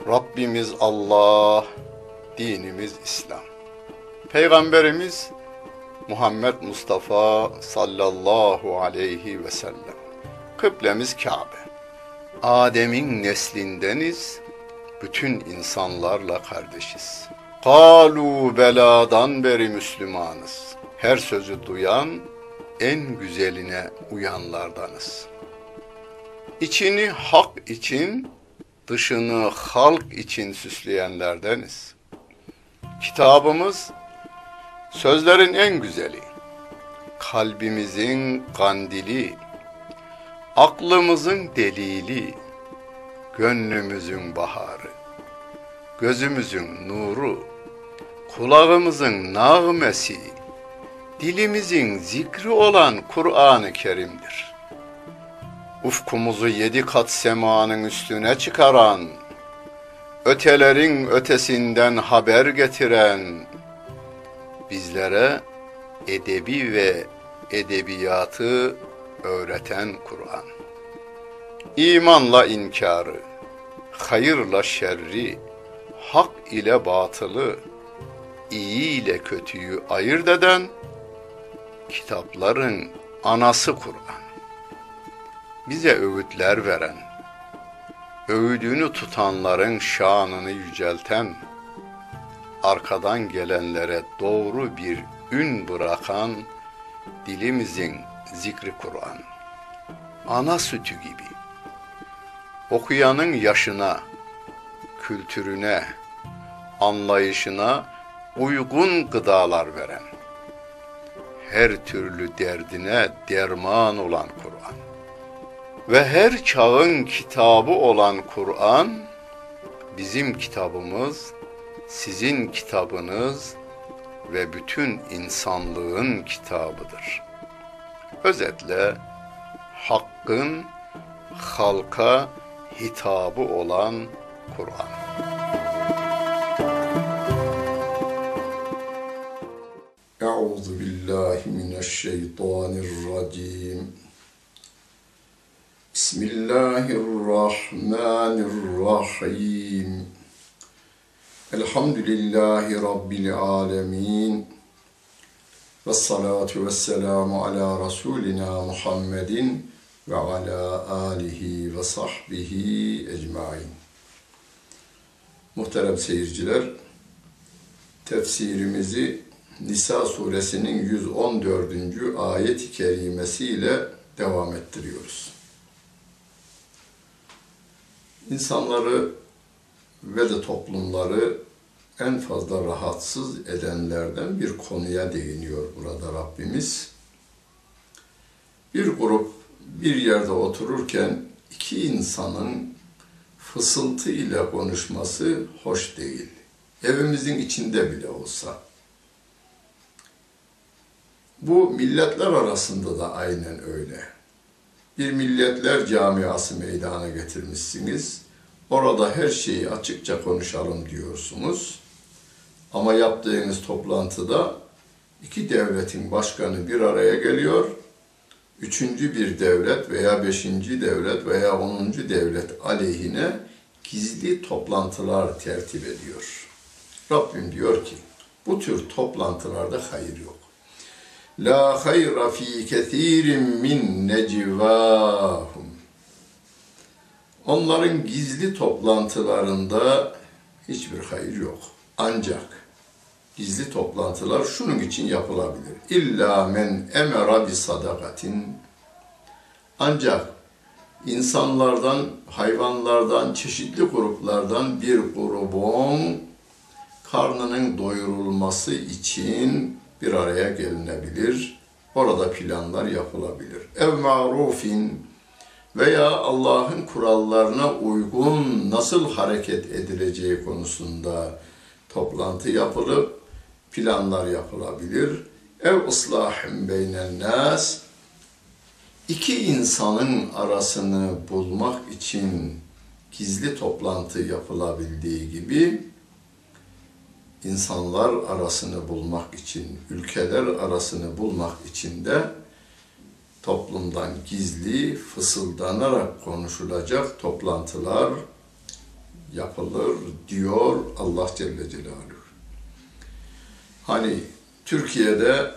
Rabbimiz Allah, dinimiz İslam. Peygamberimiz Muhammed Mustafa sallallahu aleyhi ve sellem. Kıblemiz Kabe. Adem'in neslindeniz, bütün insanlarla kardeşiz. Kalu beladan beri Müslümanız. Her sözü duyan, en güzeline uyanlardanız. İçini hak için, dışını halk için süsleyenlerdeniz. Kitabımız, sözlerin en güzeli, kalbimizin kandili, aklımızın delili, gönlümüzün baharı, gözümüzün nuru, kulağımızın nağmesi, dilimizin zikri olan Kur'an-ı Kerim'dir. Ufkumuzu 7 kat semanın üstüne çıkaran, ötelerin ötesinden haber getiren, bizlere edebi ve edebiyatı öğreten Kur'an. İmanla inkarı, hayırla şerri, hak ile batılı, iyi ile kötüyü ayırt eden kitapların anası Kur'an. Bize öğütler veren, öğüdünü tutanların şanını yücelten, arkadan gelenlere doğru bir ün bırakan dilimizin zikri Kur'an. Ana sütü gibi, okuyanın yaşına, kültürüne, anlayışına uygun gıdalar veren, her türlü derdine derman olan Kur'an ve her çağın kitabı olan Kur'an, bizim kitabımız, sizin kitabınız ve bütün insanlığın kitabıdır. Özetle, hakkın halka hitabı olan Kur'an. Euzu billahi mineşşeytanirracim. Bismillahirrahmanirrahim. Elhamdülillahi Rabbil alemin. Vessalatu vesselamu ala Resulina Muhammedin ve ala alihi ve sahbihi ecmain. Muhterem seyirciler, tefsirimizi Nisa suresinin 114. ayet-i kerimesiyle devam ettiriyoruz. İnsanları ve de toplumları en fazla rahatsız edenlerden bir konuya değiniyor burada Rabbimiz. Bir grup bir yerde otururken iki insanın fısıltı ile konuşması hoş değil. Evimizin içinde bile olsa. Bu milletler arasında da aynen öyle. Bir milletler camiası meydana getirmişsiniz. Orada her şeyi açıkça konuşalım diyorsunuz. Ama yaptığınız toplantıda iki devletin başkanı bir araya geliyor. Üçüncü bir devlet veya beşinci devlet veya 10. devlet aleyhine gizli toplantılar tertip ediyor. Rabbim diyor ki, bu tür toplantılarda hayır yok. La hayra fi kethirin min necvahum. Onların gizli toplantılarında hiçbir hayır yok. Ancak gizli toplantılar şunun için yapılabilir. İlla men emera bi sadakatin. Ancak insanlardan, hayvanlardan, çeşitli gruplardan bir grubun karnının doyurulması için bir araya gelinebilir. Orada planlar yapılabilir. Ev ma'rufin veya Allah'ın kurallarına uygun nasıl hareket edileceği konusunda toplantı yapılıp planlar yapılabilir. Ev ıslahim beynen nas, iki insanın arasını bulmak için gizli toplantı yapılabildiği gibi insanlar arasını bulmak için, ülkeler arasını bulmak için de toplumdan gizli, fısıldanarak konuşulacak toplantılar yapılır diyor Allah Celle Celaluhu. Hani Türkiye'de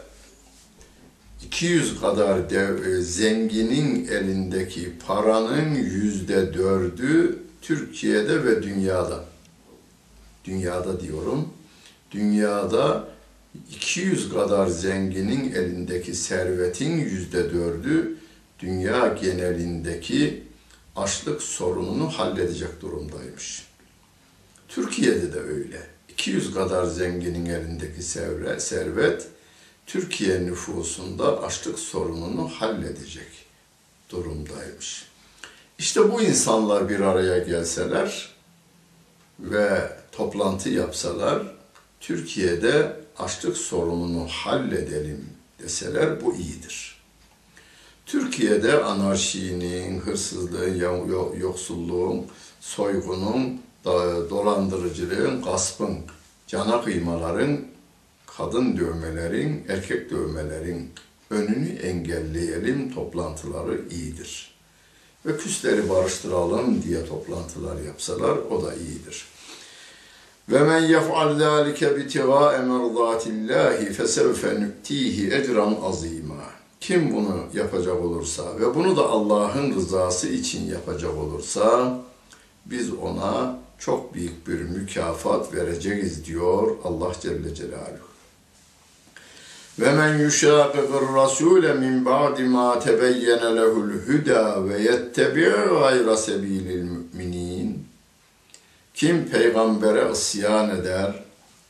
200 kadar zenginin elindeki paranın %4'ü Türkiye'de ve dünyada. Dünyada diyorum. Dünyada 200 kadar zenginin elindeki servetin %4'ü dünya genelindeki açlık sorununu halledecek durumdaymış. Türkiye'de de öyle. 200 kadar zenginin elindeki servet Türkiye nüfusunda açlık sorununu halledecek durumdaymış. İşte bu insanlar bir araya gelseler ve toplantı yapsalar, Türkiye'de açlık sorununu halledelim deseler bu iyidir. Türkiye'de anarşinin, hırsızlığın, yoksulluğun, soygunun, dolandırıcılığın, gaspın, cana kıymaların, kadın dövmelerin, erkek dövmelerin önünü engelleyelim toplantıları iyidir. Ve küsleri barıştıralım diye toplantılar yapsalar o da iyidir. Ve men yef'al zâlike bitigâe merdâtillâhi fesevfe nü'tîhi ecran azîmâ. Kim bunu yapacak olursa ve bunu da Allah'ın rızası için yapacak olursa biz ona çok büyük bir mükafat vereceğiz diyor Allah Celle Celaluhu. Ve men yuşâkıgır rasûle min ba'di mâ tebeyyene lehul hüdâ ve yettebi' gayra sebîlil mü'minîn. Kim peygambere isyan eder,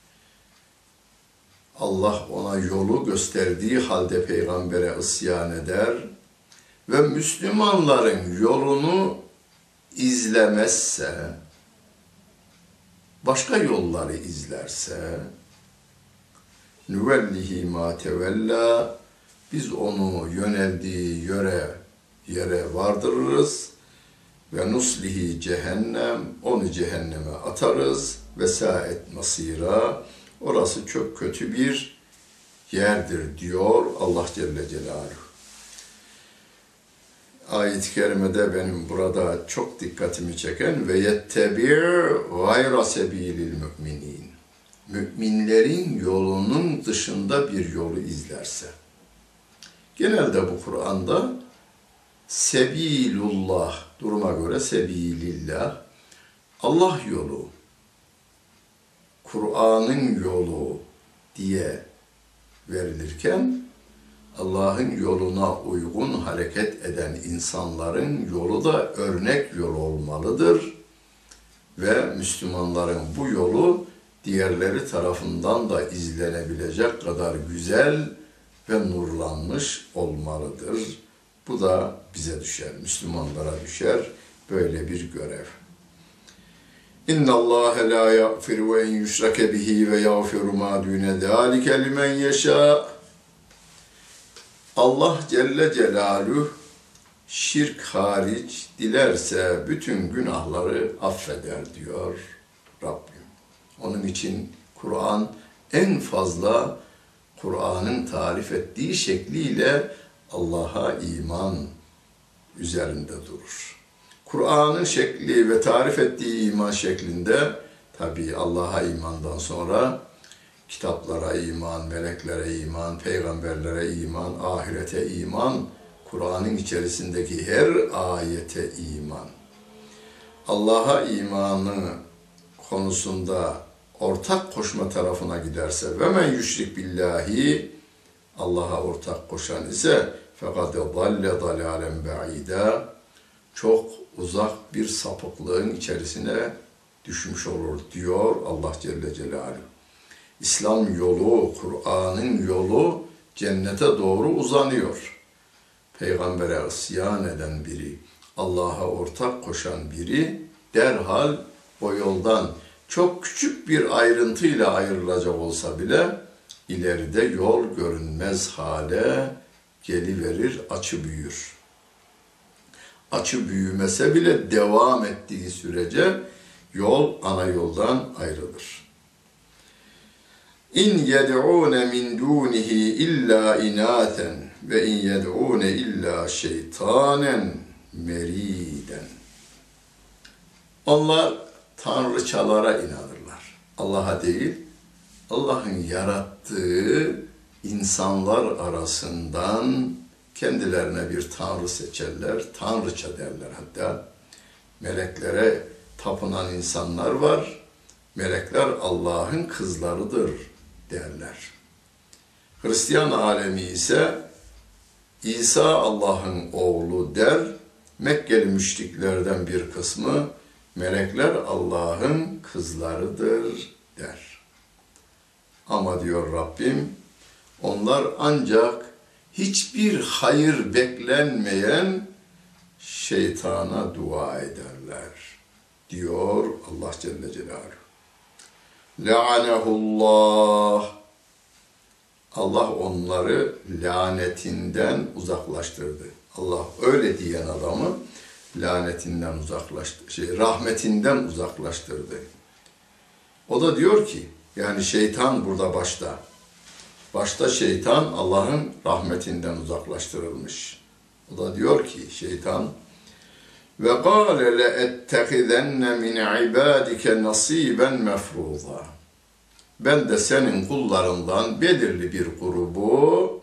Allah ona yolu gösterdiği halde peygambere isyan eder ve Müslümanların yolunu izlemezse, başka yolları izlerse, nüvellihi ma tevella, biz onu yöneldiği yere vardırırız ve nuslihi cehennem, onu cehenneme atarız ve saet masira, orası çok kötü bir yerdir diyor Allah Celle Celaluhu. Ayet-i kerimede benim burada çok dikkatimi çeken ve yettebi' gayra sebilil müminin. Müminlerin yolunun dışında bir yolu izlerse. Genelde bu Kur'an'da sebilullah, duruma göre sebilillah, Allah yolu, Kur'an'ın yolu diye verilirken, Allah'ın yoluna uygun hareket eden insanların yolu da örnek yol olmalıdır ve Müslümanların bu yolu diğerleri tarafından da izlenebilecek kadar güzel ve nurlanmış olmalıdır. Bu da bize düşer, Müslümanlara düşer böyle bir görev. İnna Allah la yaghfiru en yushrake bihi ve yaghfiru ma dune zalika limen yasha. Allah Celle Celaluhu şirk hariç dilerse bütün günahları affeder diyor Rabbim. Onun için Kur'an en fazla Kur'an'ın tarif ettiği şekliyle Allah'a iman üzerinde durur. Kur'an'ın şekli ve tarif ettiği iman şeklinde tabi Allah'a imandan sonra kitaplara iman, meleklere iman, peygamberlere iman, ahirete iman, Kur'an'ın içerisindeki her ayete iman. Allah'a imanı konusunda ortak koşma tarafına giderse ve men yüşrik billahi, Allah'a ortak koşan ise fakat dalle dalalen ba'ida, çok uzak bir sapıklığın içerisine düşmüş olur diyor Allah Celle Celaluhu. İslam yolu, Kur'an'ın yolu cennete doğru uzanıyor. Peygambere isyan eden biri, Allah'a ortak koşan biri derhal o yoldan çok küçük bir ayrıntıyla ayrılacak olsa bile ileride yol görünmez hale geliverir, açı büyür. Açı büyümese bile devam ettiği sürece yol ana yoldan ayrılır. İn yed'ûne min dûnihi illa inâten ve in yed'ûne illa şeytânen merîden. Onlar tanrıçalara inanırlar. Allah'a değil, Allah'ın yarattığı insanlar arasından kendilerine bir tanrı seçerler, tanrıça derler hatta. Meleklere tapınan insanlar var, melekler Allah'ın kızlarıdır derler. Hristiyan alemi ise İsa Allah'ın oğlu der, Mekkeli müşriklerden bir kısmı melekler Allah'ın kızlarıdır der. Ama diyor Rabbim, onlar ancak hiçbir hayır beklenmeyen şeytana dua ederler, diyor Allah Celle Celaluhu. La'anehullah. Allah onları lanetinden uzaklaştırdı. Allah öyle diyen adamı lanetinden rahmetinden uzaklaştırdı. O da diyor ki, yani şeytan burada başta. Başta şeytan Allah'ın rahmetinden uzaklaştırılmış. O da diyor ki şeytan ve قَالَ لَاَتَّخِذَنَّ مِنْ عِبَادِكَ نَصِيبًا مَفْرُوضًا. Ben de senin kullarından belirli bir grubu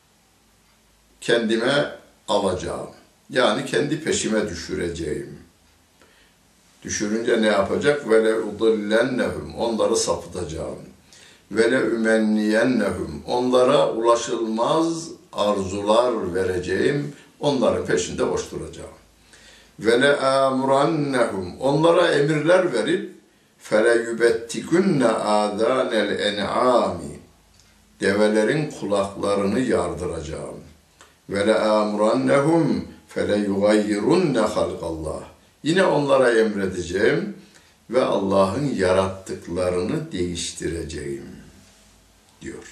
kendime alacağım. Yani kendi peşime düşüreceğim. Düşürünce ne yapacak? وَلَاُضِلَّنَّهُمْ. Onları sapıtacağım. وَلَاُمَنِّيَنَّهُمْ. Onlara ulaşılmaz arzular vereceğim. Onların peşinde boş duracağım. وَلَاَمُرَنَّهُمْ. Onlara emirler verip فَلَيُبَتِّكُنَّ آذَانَ الْاَنْعَامِ. Develerin kulaklarını yardıracağım. وَلَاَمُرَنَّهُمْ فَلَيُغَيِّرُنَّ خَلْقَ اللّٰهِ. Yine onlara emredeceğim ve Allah'ın yarattıklarını değiştireceğim, diyor.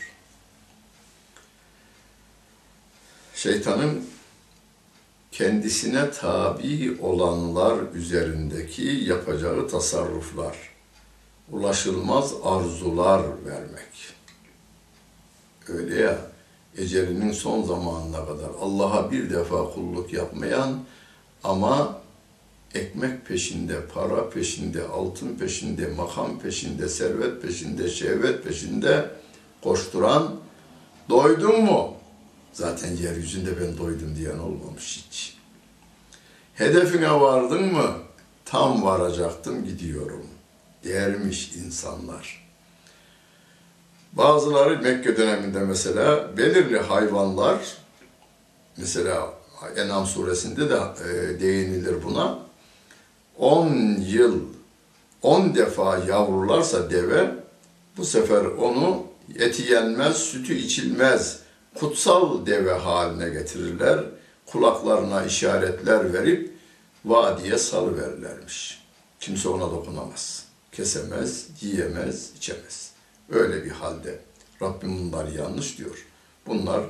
Şeytanın kendisine tabi olanlar üzerindeki yapacağı tasarruflar, ulaşılmaz arzular vermek. Öyle ya, ecelinin son zamanına kadar Allah'a bir defa kulluk yapmayan ama ekmek peşinde, para peşinde, altın peşinde, makam peşinde, servet peşinde, şehvet peşinde koşturan, doydun mu? Zaten yeryüzünde ben doydum diyen olmamış hiç. Hedefine vardın mı? Tam varacaktım, gidiyorum dermiş insanlar. Bazıları Mekke döneminde mesela belirli hayvanlar, mesela En'am suresinde de değinilir buna, 10 yıl 10 defa yavrularsa deve, bu sefer onu eti yenmez, sütü içilmez, kutsal deve haline getirirler. Kulaklarına işaretler verip vadiye salıverirlermiş. Kimse ona dokunamaz, kesemez, yiyemez, içemez. Öyle bir halde. Rabbim bunlar yanlış diyor. Bunlar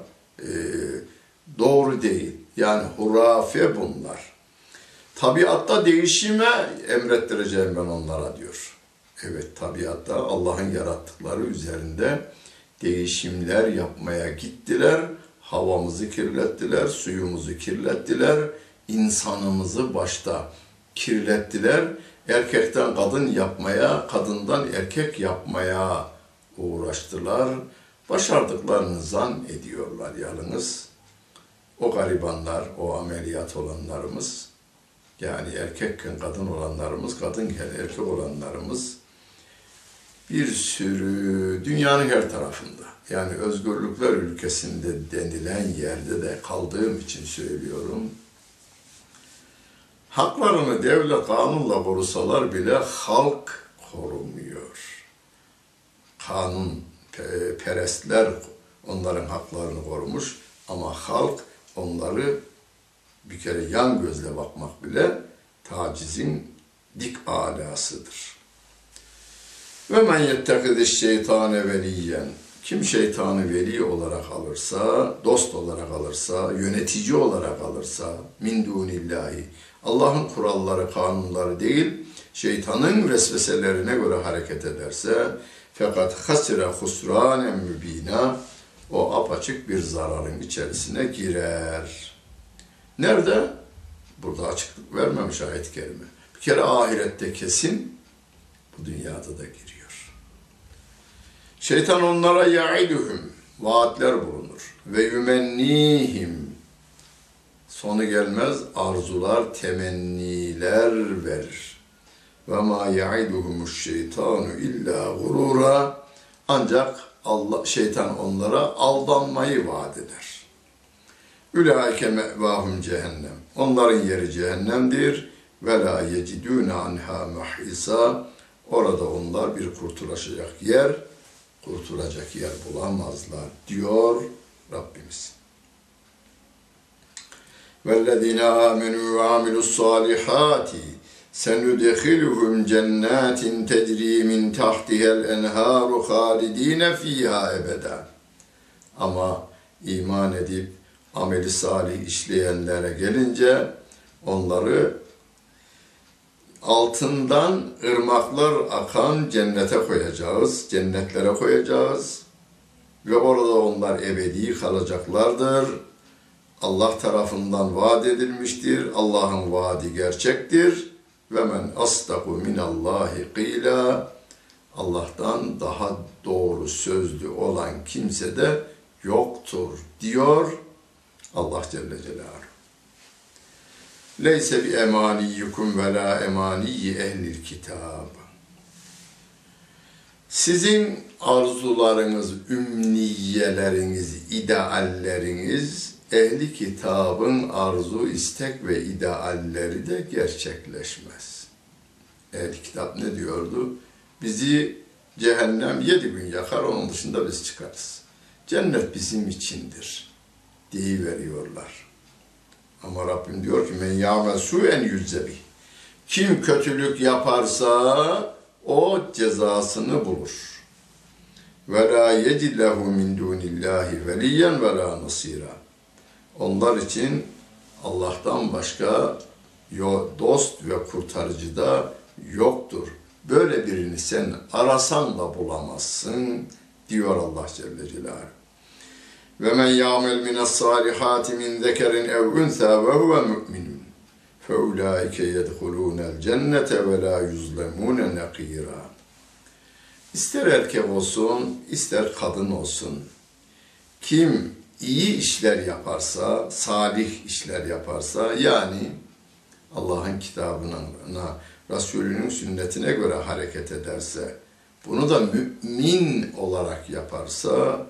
doğru değil. Yani hurafe bunlar. Tabiatta değişime emrettireceğim ben onlara diyor. Evet, tabiatta Allah'ın yarattıkları üzerinde değişimler yapmaya gittiler. Havamızı kirlettiler, suyumuzu kirlettiler, insanımızı başta kirlettiler. Erkekten kadın yapmaya, kadından erkek yapmaya uğraştılar. Başardıklarını zannediyorlar yalnız. O garibanlar, o ameliyat olanlarımız, yani erkekken kadın olanlarımız, kadınken erkek olanlarımız bir sürü dünyanın her tarafında, yani özgürlükler ülkesinde denilen yerde de kaldığım için söylüyorum. Haklarını devlet kanunla korusalar bile halk korumuyor. Kanun perestler onların haklarını korumuş ama halk onları bir kere yan gözle bakmak bile tacizin dik alasıdır. Ve men yettekidiş şeytane veliyen. Kim şeytanı veli olarak alırsa, dost olarak alırsa, yönetici olarak alırsa, min dunillahi, Allah'ın kuralları, kanunları değil, şeytanın vesveselerine göre hareket ederse, fakat hasire husranen mübina, o apaçık bir zararın içerisine girer. Nerede? Burada açıklık vermemiş ayet-i kerime. Bir kere ahirette kesin, bu dünyada da giriyor. Şeytan onlara ya'iduhum, vaatler bulunur. Ve yumennihim, sonu gelmez arzular, temenniler verir. Ve ma ya'iduhumuş şeytanu illa gurura, ancak şeytan onlara aldanmayı vaat eder. Ulaike me'vahum cehennem, onların yeri cehennemdir. Ve la yecidûne anhâ mahîsâ, orada onlar bir kurtulacak yer bulamazlar diyor Rabbimiz. وَالَّذِينَ آمَنُوا وَعَمِلُوا الصَّالِحَاتِ سَنُدْخِلُهُمْ جَنَّاتٍ تَجْرِي مِنْ تَحْتِهَا الْاَنْهَارُ خَالِد۪ينَ ف۪يهَا اَبَدًا. Ama iman edip ameli salih işleyenlere gelince onları altından ırmaklar akan cennete koyacağız, cennetlere koyacağız ve orada onlar ebedi kalacaklardır. Allah tarafından vaat edilmiştir. Allah'ın vaadi gerçektir. Ve men asdaku minallahi qila, Allah'tan daha doğru sözlü olan kimse de yoktur diyor Allah Celle Celaluhu. Leyse bi emaniyukum ve la emaniyi ehlil kitab. Sizin arzularınız, ümniyeleriniz, idealleriniz, ehli kitabın arzu, istek ve idealleri de gerçekleşmez. Ehli kitap ne diyordu? Bizi cehennem 7 gün yakar, onun dışında biz çıkarız. Cennet bizim içindir deyiveriyorlar. Ama Rabbim diyor ki men ya'mel su'en yüzzebi. Kim kötülük yaparsa o cezasını bulur. Ve la yecid lehu min dunillahi veliyen ve la nasira. Onlar için Allah'tan başka dost ve kurtarıcı da yoktur. Böyle birini sen arasan da bulamazsın diyor Allah Celle Celaluhu. Ve men ya'mel mine's-salihati min zekerin ev unsa ve huve mu'minun fe ulaike yedhulûnel cennete ve la yuzlemûne nakîrâ. İster erkek olsun, ister kadın olsun, kim iyi işler yaparsa, salih işler yaparsa, yani Allah'ın kitabına, Resulünün sünnetine göre hareket ederse, bunu da mümin olarak yaparsa,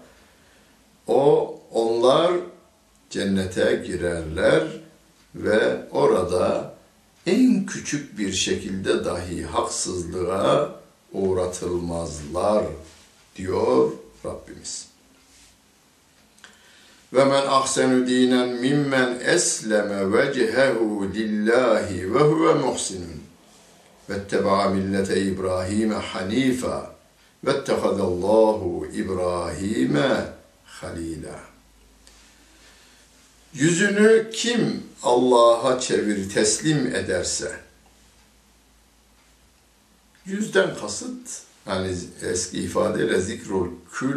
onlar cennete girerler ve orada en küçük bir şekilde dahi haksızlığa uğratılmazlar diyor Rabbimiz. Ve men ahsenu dinen mimmen esleme vecehehu lillahi ve huve muhsinun vetteba'a millete İbrahim hanifa vettehadallahu İbrahim'e halila. Yüzünü kim Allah'a teslim ederse, yüzden kasıt, yani eski ifadeyle zikrul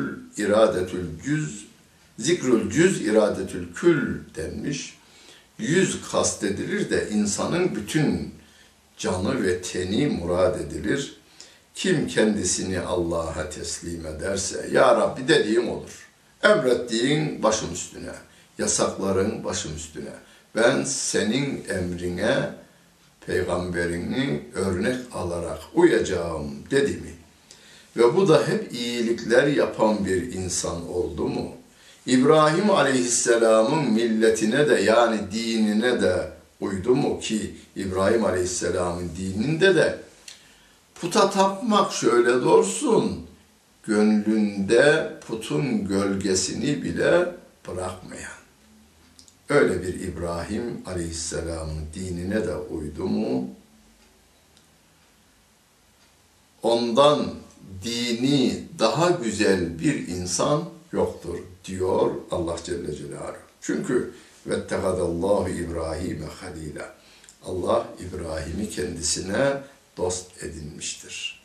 cüz iradetül kül denmiş. Yüz kastedilir de insanın bütün canı ve teni murad edilir. Kim kendisini Allah'a teslim ederse, Ya Rabbi dediğin olur. Emrettiğin başım üstüne, yasakların başım üstüne. Ben senin emrine, peygamberini örnek alarak uyacağım dedi mi? Ve bu da hep iyilikler yapan bir insan oldu mu? İbrahim Aleyhisselam'ın milletine de, yani dinine de uydu mu ki İbrahim Aleyhisselam'ın dininde de puta tapmak şöyle dursun, gönlünde putun gölgesini bile bırakmayan. Öyle bir İbrahim Aleyhisselam'ın dinine de uydu mu? Ondan dini daha güzel bir insan yoktur diyor Allah Celle Celaluhu. Çünkü vettehadallahu İbrahim'e halila. Allah İbrahim'i kendisine dost edinmiştir.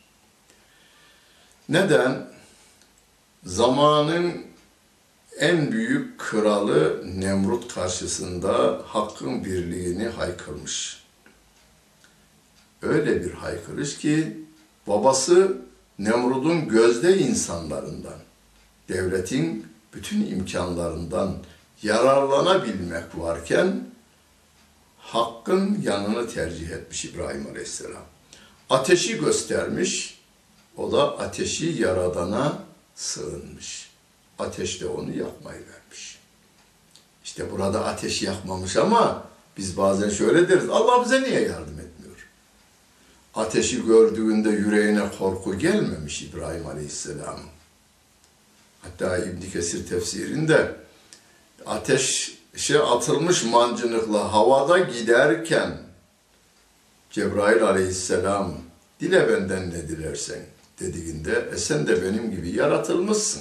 Neden? Zamanın en büyük kralı Nemrut karşısında hakkın birliğini haykırmış. Öyle bir haykırış ki Babası Nemrud'un gözde insanlarından, devletin bütün imkanlarından yararlanabilmek varken hakkın yanını tercih etmiş İbrahim Aleyhisselam. Ateşi göstermiş, o da ateşi yaradana sığınmış. Ateş de onu yakmayı vermiş. İşte burada ateş yakmamış ama biz bazen şöyle deriz, Allah bize niye yardım etmiyor? Ateşi gördüğünde yüreğine korku gelmemiş İbrahim Aleyhisselam. Hatta İbn Kesir tefsirinde ateşe atılmış mancınıkla havada giderken Cebrail Aleyhisselam dile benden ne dilersen dediğinde sen de benim gibi yaratılmışsın.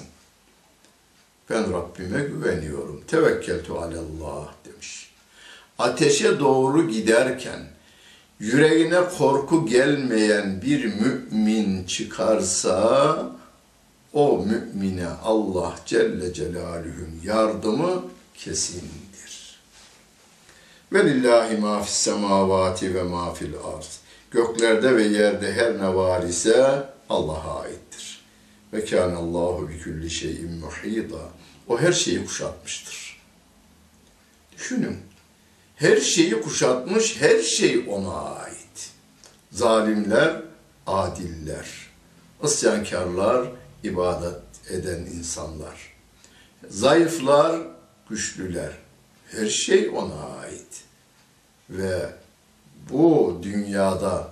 Ben Rabbime güveniyorum. Tevekkeltu alallah demiş. Ateşe doğru giderken yüreğine korku gelmeyen bir mümin çıkarsa o mümine Allah Celle Celaluhu'nun yardımı kesindir. Velillahi ma fis semavati ve ma fil arz. Göklerde ve yerde her ne var ise Allah'a aittir. Ve kânallâhu bi kulli şeyin muhîta. O her şeyi kuşatmıştır. Düşünün. Her şeyi kuşatmış, her şey ona ait. Zalimler, adiller. İsyankarlar, ibadet eden insanlar. Zayıflar, güçlüler. Her şey ona ait. Ve bu dünyada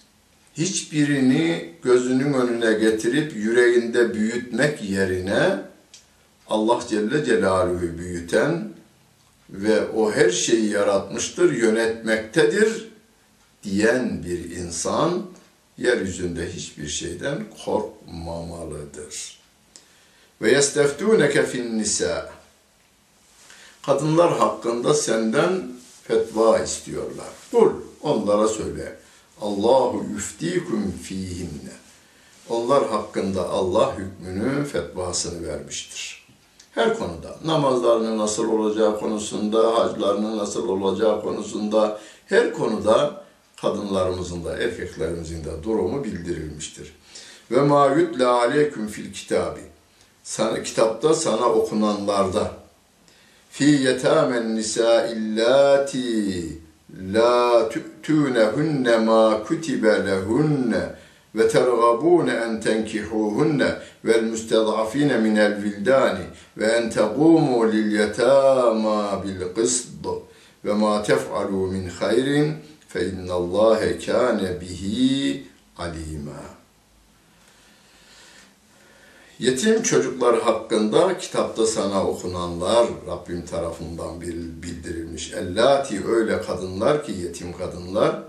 hiçbirini gözünün önüne getirip yüreğinde büyütmek yerine Allah Celle Celaluhu büyüten ve o her şeyi yaratmıştır, yönetmektedir diyen bir insan yeryüzünde hiçbir şeyden korkmamalıdır. Ve yesteftuneke fin nisa. Kadınlar hakkında senden fetva istiyorlar. Kul, onlara söyle. Allahu yuftikum fihinne. Onlar hakkında Allah hükmünü, fetvasını vermiştir. Her konuda, namazlarının nasıl olacağı konusunda, haclarının nasıl olacağı konusunda, her konuda kadınlarımızın da, erkeklerimizin de durumu bildirilmiştir. Ve ma yutla aleyküm fil kitabi. Kitapta sana okunanlarda fi yetamen nisa illati la tu'tunehunne ma kutibe lehunne ve tergabune en tenkihuhunne vel mustad'afine minel vildani ve en tequmu lil yetama bil qisd ve ma tef'alu min hayrin fe innallâhe kâne bihi alîmâ. Yetim çocuklar hakkında kitapta sana okunanlar Rabbim tarafından bildirilmiş. Ellati öyle kadınlar ki yetim kadınlar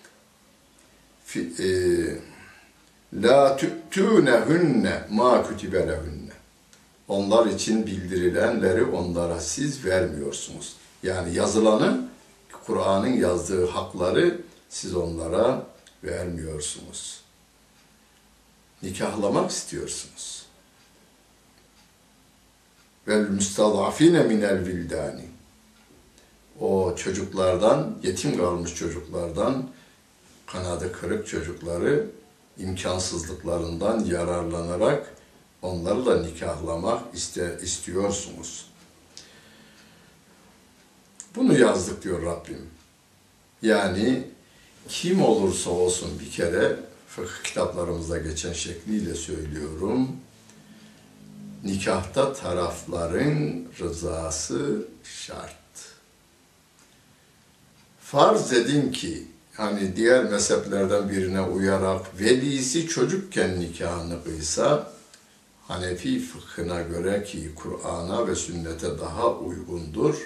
la tu'tunehunne ma kutibe lehunne. Onlar için bildirilenleri onlara siz vermiyorsunuz. Yani yazılanı, Kur'an'ın yazdığı hakları siz onlara vermiyorsunuz. Nikahlamak istiyorsunuz. Vel mustadafine minel vildani. O çocuklardan, yetim kalmış çocuklardan, kanadı kırık çocukları imkansızlıklarından yararlanarak onları da nikahlamak istiyorsunuz. Bunu yazdık diyor Rabbim. Yani kim olursa olsun bir kere fıkıh kitaplarımızda geçen şekliyle söylüyorum. Nikahta tarafların rızası şart. Farz edin ki hani diğer mezheplerden birine uyarak velisi çocukken nikahını kıysa Hanefi fıkhına göre ki Kur'an'a ve sünnete daha uygundur.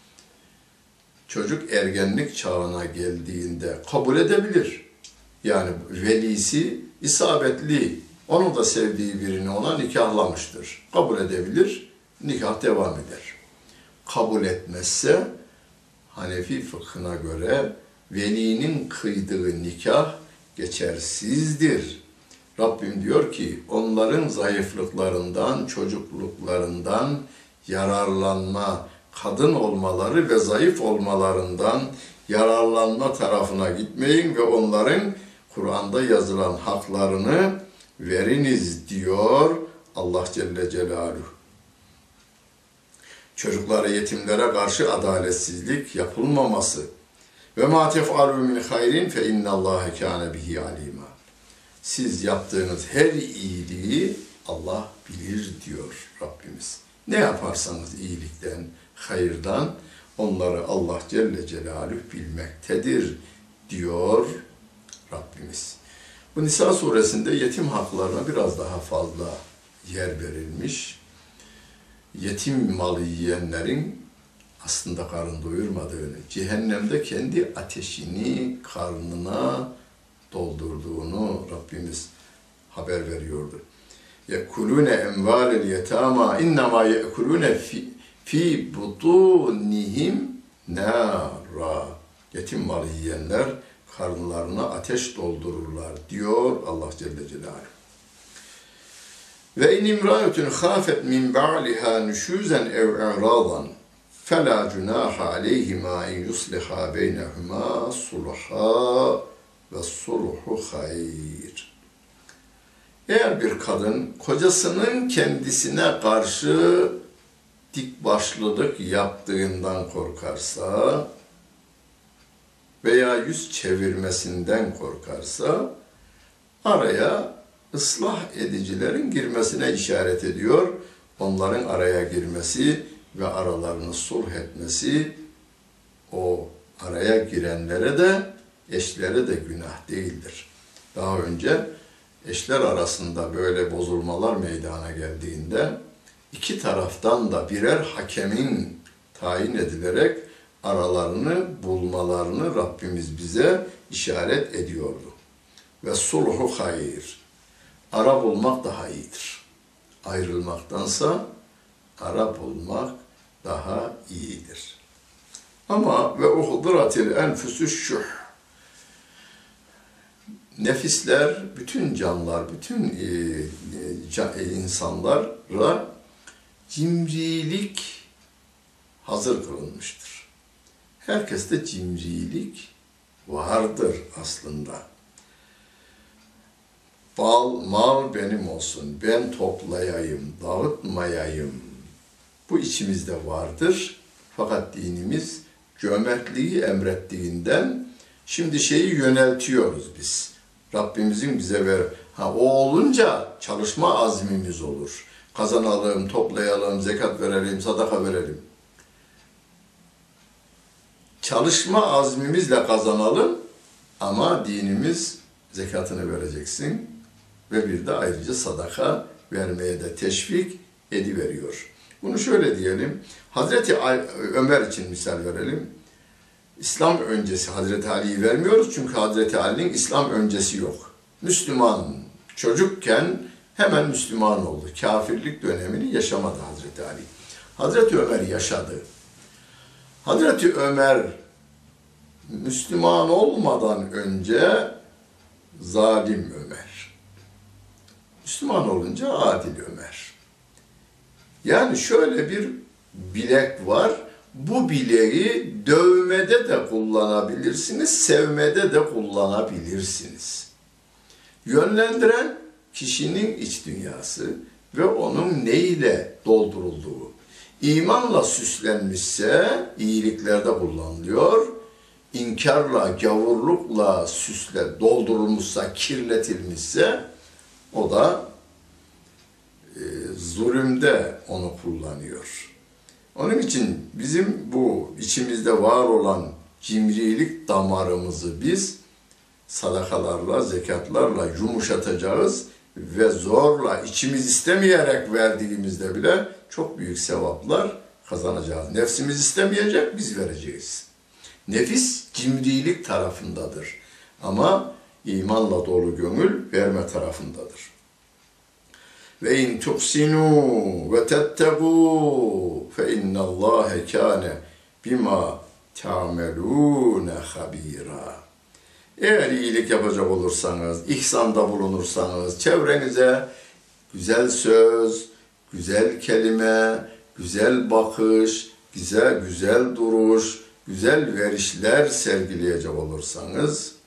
Çocuk ergenlik çağına geldiğinde kabul edebilir. Yani velisi isabetli, onun da sevdiği birini ona nikahlamıştır. Kabul edebilir, nikah devam eder. Kabul etmezse Hanefi fıkhına göre velinin kıydığı nikah geçersizdir. Rabbim diyor ki onların zayıflıklarından, çocukluklarından yararlanma, kadın olmaları ve zayıf olmalarından yararlanma tarafına gitmeyin ve onların Kur'an'da yazılan haklarını veriniz diyor Allah Celle Celaluhu. Çocuklara, yetimlere karşı adaletsizlik yapılmaması. Ve ma tef'alu min hayrin fe innallâhe kâne bihi alîmâ. Siz yaptığınız her iyiliği Allah bilir diyor Rabbimiz. Ne yaparsanız iyilikten, hayırdan onları Allah Celle Celaluhu bilmektedir diyor Rabbimiz. Bu Nisa suresinde yetim haklarına biraz daha fazla yer verilmiş. Yetim malı yiyenlerin aslında karın doyurmadığını, cehennemde kendi ateşini karnına doldurduğunu Rabbimiz haber veriyordu. يَكُلُونَ اَمْوَالِ الْيَتَامَا اِنَّمَا يَأْكُلُونَ فِي بُطُونِهِمْ نَارًا. Yetim malı yiyenler karınlarına ateş doldururlar diyor Allah Celle Celaluhu. Ve in imra'atun khafet min ba'liha nushuzan ev i'radan fela junaha aleyhima in yusliha beynehuma sulha ve sulhu hayr. Eğer bir kadın kocasının kendisine karşı dikbaşlılık yaptığından korkarsa veya yüz çevirmesinden korkarsa araya ıslah edicilerin girmesine işaret ediyor. Onların araya girmesi ve aralarını sulh etmesi o araya girenlere de eşlere de günah değildir. Daha önce eşler arasında böyle bozulmalar meydana geldiğinde iki taraftan da birer hakemin tayin edilerek aralarını bulmalarını Rabbimiz bize işaret ediyordu. Ve sulhu hayır. Ara bulmak daha iyidir. Ayrılmaktansa ara bulmak daha iyidir. Ama ve uhdiratil enfüsü şuh. Nefisler, bütün canlar, bütün insanlara cimrilik hazır kılınmıştır. Herkeste cimrilik vardır aslında. Mal benim olsun, ben toplayayım, dağıtmayayım. Bu içimizde vardır. Fakat dinimiz cömertliği emrettiğinden şimdi şeyi yöneltiyoruz biz. Rabbimizin bize o olunca çalışma azmimiz olur. Kazanalım, toplayalım, zekat verelim, sadaka verelim. Çalışma azmimizle kazanalım ama dinimiz zekatını vereceksin ve bir de ayrıca sadaka vermeye de teşvik ediveriyor. Bunu şöyle diyelim, Hazreti Ömer için misal verelim. İslam öncesi Hazreti Ali'yi vermiyoruz çünkü Hazreti Ali'nin İslam öncesi yok. Müslüman çocukken hemen Müslüman oldu. Kafirlik dönemini yaşamadı Hazreti Ali. Hazreti Ömer yaşadı. Hazreti Ömer Müslüman olmadan önce zalim Ömer. Müslüman olunca adil Ömer. Yani şöyle bir bilek var. Bu bileği dövmede de kullanabilirsiniz, sevmede de kullanabilirsiniz. Yönlendiren kişinin iç dünyası ve onun neyle doldurulduğu. İmanla süslenmişse iyiliklerde kullanılıyor. İnkarla, gavurlukla doldurulmuşsa, kirletilmişse o da zulümde onu kullanıyor. Onun için bizim bu içimizde var olan cimrilik damarımızı biz sadakalarla, zekatlarla yumuşatacağız ve zorla, içimiz istemeyerek verdiğimizde bile çok büyük sevaplar kazanacağız. Nefsimiz istemeyecek, biz vereceğiz. Nefis cimrilik tarafındadır ama imanla dolu gönül verme tarafındadır. Ve in tuhsinu ve tettegû fe innallâhe kâne bima ta'melûne habîrâ. Eğer iyilik yapacak olursanız, ihsanda bulunursanız, çevrenize güzel söz, güzel kelime, güzel bakış, güzel duruş, güzel verişler sergileyecek olursanız,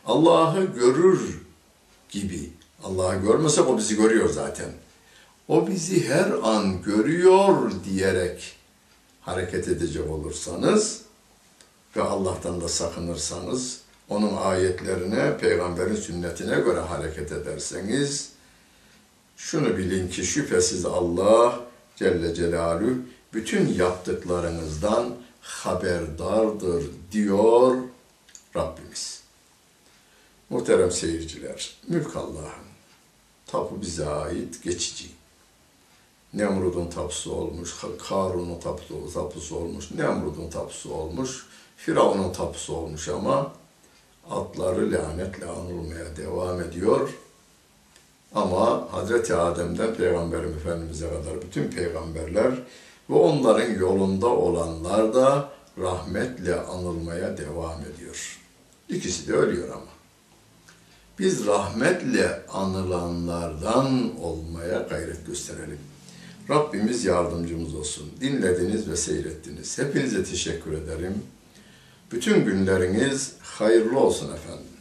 Allah'ı görür gibi. Allah'ı görmesek o bizi görüyor zaten. O bizi her an görüyor diyerek hareket edecek olursanız ve Allah'tan da sakınırsanız, onun ayetlerine, peygamberin sünnetine göre hareket ederseniz, şunu bilin ki şüphesiz Allah Celle Celaluhu bütün yaptıklarınızdan haberdardır diyor Rabbimiz. Muhterem seyirciler, mülk Allah'ın, tapu bize ait, geçici. Nemrud'un tapusu olmuş, Karun'un tapusu olmuş, Nemrud'un tapusu olmuş, Firavun'un tapusu olmuş ama adları lanetle anılmaya devam ediyor. Ama Hazreti Adem'den Peygamberim Efendimiz'e kadar bütün peygamberler ve onların yolunda olanlar da rahmetle anılmaya devam ediyor. İkisi de ölüyor ama. Biz rahmetle anılanlardan olmaya gayret gösterelim. Rabbimiz yardımcımız olsun. Dinlediniz ve seyrettiniz. Hepinize teşekkür ederim. Bütün günleriniz hayırlı olsun efendim.